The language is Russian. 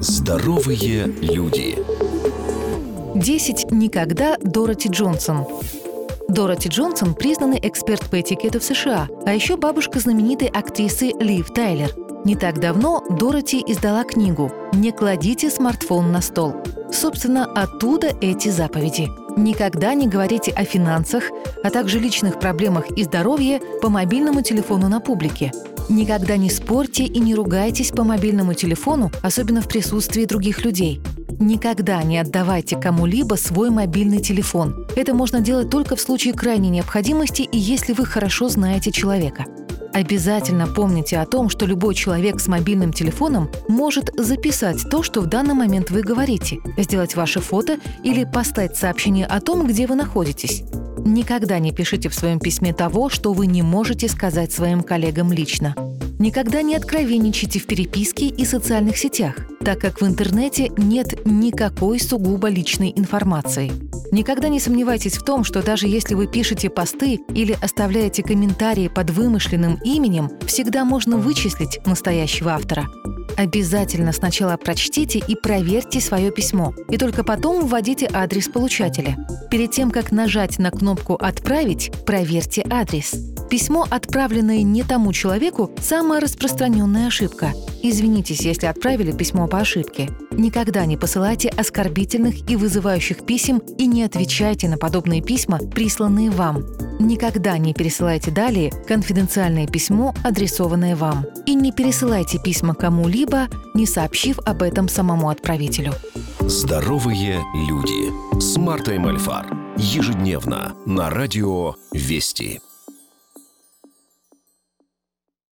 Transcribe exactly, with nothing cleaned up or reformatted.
Здоровые люди. десять никогда Дороти Джонсон. Дороти Джонсон – признанный эксперт по этикету в США, а еще бабушка знаменитой актрисы Лив Тайлер. Не так давно Дороти издала книгу «Не кладите смартфон на стол». Собственно, оттуда эти заповеди. Никогда не говорите о финансах, а также личных проблемах и здоровье по мобильному телефону на публике. Никогда не спорьте и не ругайтесь по мобильному телефону, особенно в присутствии других людей. Никогда не отдавайте кому-либо свой мобильный телефон. Это можно делать только в случае крайней необходимости и если вы хорошо знаете человека. Обязательно помните о том, что любой человек с мобильным телефоном может записать то, что в данный момент вы говорите, сделать ваше фото или послать сообщение о том, где вы находитесь. Никогда не пишите в своем письме того, что вы не можете сказать своим коллегам лично. Никогда не откровенничайте в переписке и социальных сетях, так как в интернете нет никакой сугубо личной информации. Никогда не сомневайтесь в том, что даже если вы пишете посты или оставляете комментарии под вымышленным именем, всегда можно вычислить настоящего автора. Обязательно сначала прочтите и проверьте свое письмо, и только потом вводите адрес получателя. Перед тем, как нажать на кнопку «Отправить», проверьте адрес. Письмо, отправленное не тому человеку, самая распространенная ошибка. Извинитесь, если отправили письмо по ошибке. Никогда не посылайте оскорбительных и вызывающих писем и не отвечайте на подобные письма, присланные вам. Никогда не пересылайте далее конфиденциальное письмо, адресованное вам. И не пересылайте письма кому-либо, не сообщив об этом самому отправителю. Здоровые люди с Мартой Мальфар. Ежедневно на радио Вести.